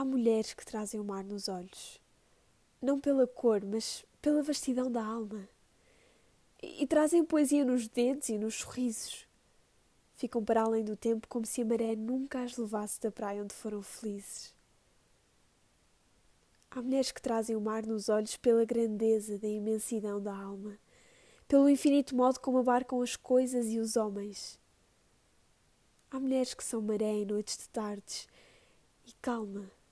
mulheres que trazem o mar nos olhos, não pela cor, mas pela vastidão da alma. E trazem poesia nos dedos e nos sorrisos. Ficam para além do tempo como se a maré nunca as levasse da praia onde foram felizes. Há mulheres que trazem o mar nos olhos pela grandeza da imensidão da alma, pelo infinito modo como abarcam as coisas e os homens. Há mulheres que são maré em noites de tardes e calma